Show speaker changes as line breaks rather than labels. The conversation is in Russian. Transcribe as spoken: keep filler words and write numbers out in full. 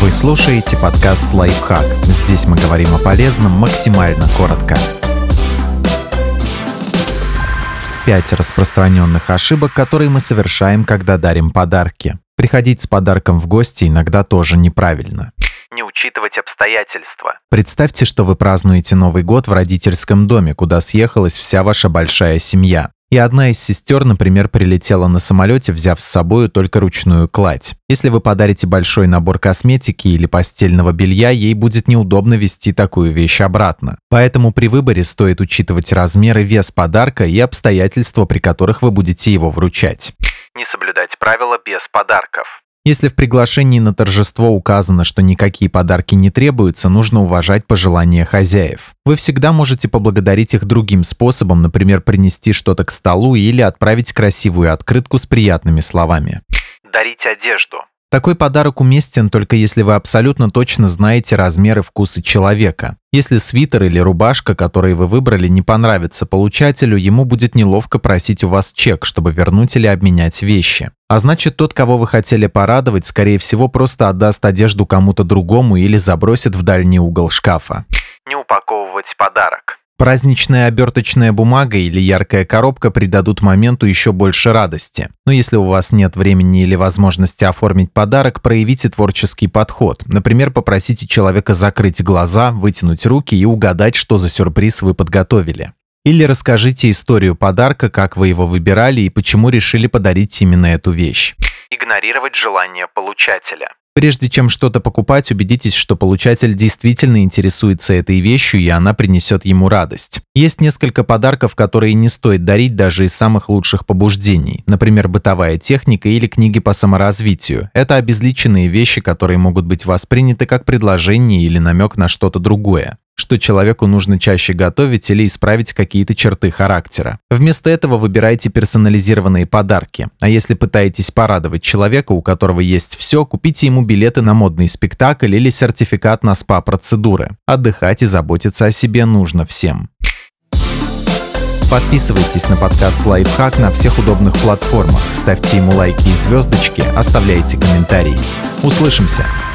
Вы слушаете подкаст «Лайфхак». Здесь мы говорим о полезном максимально коротко. Пять распространенных ошибок, которые мы совершаем, когда дарим подарки. Приходить с подарком в гости иногда тоже неправильно.
Не учитывать обстоятельства.
Представьте, что вы празднуете Новый год в родительском доме, куда съехалась вся ваша большая семья. И одна из сестер, например, прилетела на самолете, взяв с собой только ручную кладь. Если вы подарите большой набор косметики или постельного белья, ей будет неудобно везти такую вещь обратно. Поэтому при выборе стоит учитывать размер и вес подарка и обстоятельства, при которых вы будете его вручать.
Не соблюдать правила без подарков.
Если в приглашении на торжество указано, что никакие подарки не требуются, нужно уважать пожелания хозяев. Вы всегда можете поблагодарить их другим способом, например, принести что-то к столу или отправить красивую открытку с приятными словами.
Дарить одежду.
Такой подарок уместен только если вы абсолютно точно знаете размер и вкусы человека. Если свитер или рубашка, которые вы выбрали, не понравится получателю, ему будет неловко просить у вас чек, чтобы вернуть или обменять вещи. А значит, тот, кого вы хотели порадовать, скорее всего, просто отдаст одежду кому-то другому или забросит в дальний угол шкафа.
Не упаковывать подарок.
Праздничная оберточная бумага или яркая коробка придадут моменту еще больше радости. Но если у вас нет времени или возможности оформить подарок, проявите творческий подход. Например, попросите человека закрыть глаза, вытянуть руки и угадать, что за сюрприз вы подготовили. Или расскажите историю подарка, как вы его выбирали и почему решили подарить именно эту вещь.
Игнорировать желание получателя.
Прежде чем что-то покупать, убедитесь, что получатель действительно интересуется этой вещью и она принесет ему радость. Есть несколько подарков, которые не стоит дарить даже из самых лучших побуждений. Например, бытовая техника или книги по саморазвитию. Это обезличенные вещи, которые могут быть восприняты как предложение или намек на что-то другое, что человеку нужно чаще готовить или исправить какие-то черты характера. Вместо этого выбирайте персонализированные подарки. А если пытаетесь порадовать человека, у которого есть все, купите ему билеты на модный спектакль или сертификат на спа-процедуры. Отдыхать и заботиться о себе нужно всем. Подписывайтесь на подкаст «Лайфхак» на всех удобных платформах, ставьте ему лайки и звездочки, оставляйте комментарии. Услышимся!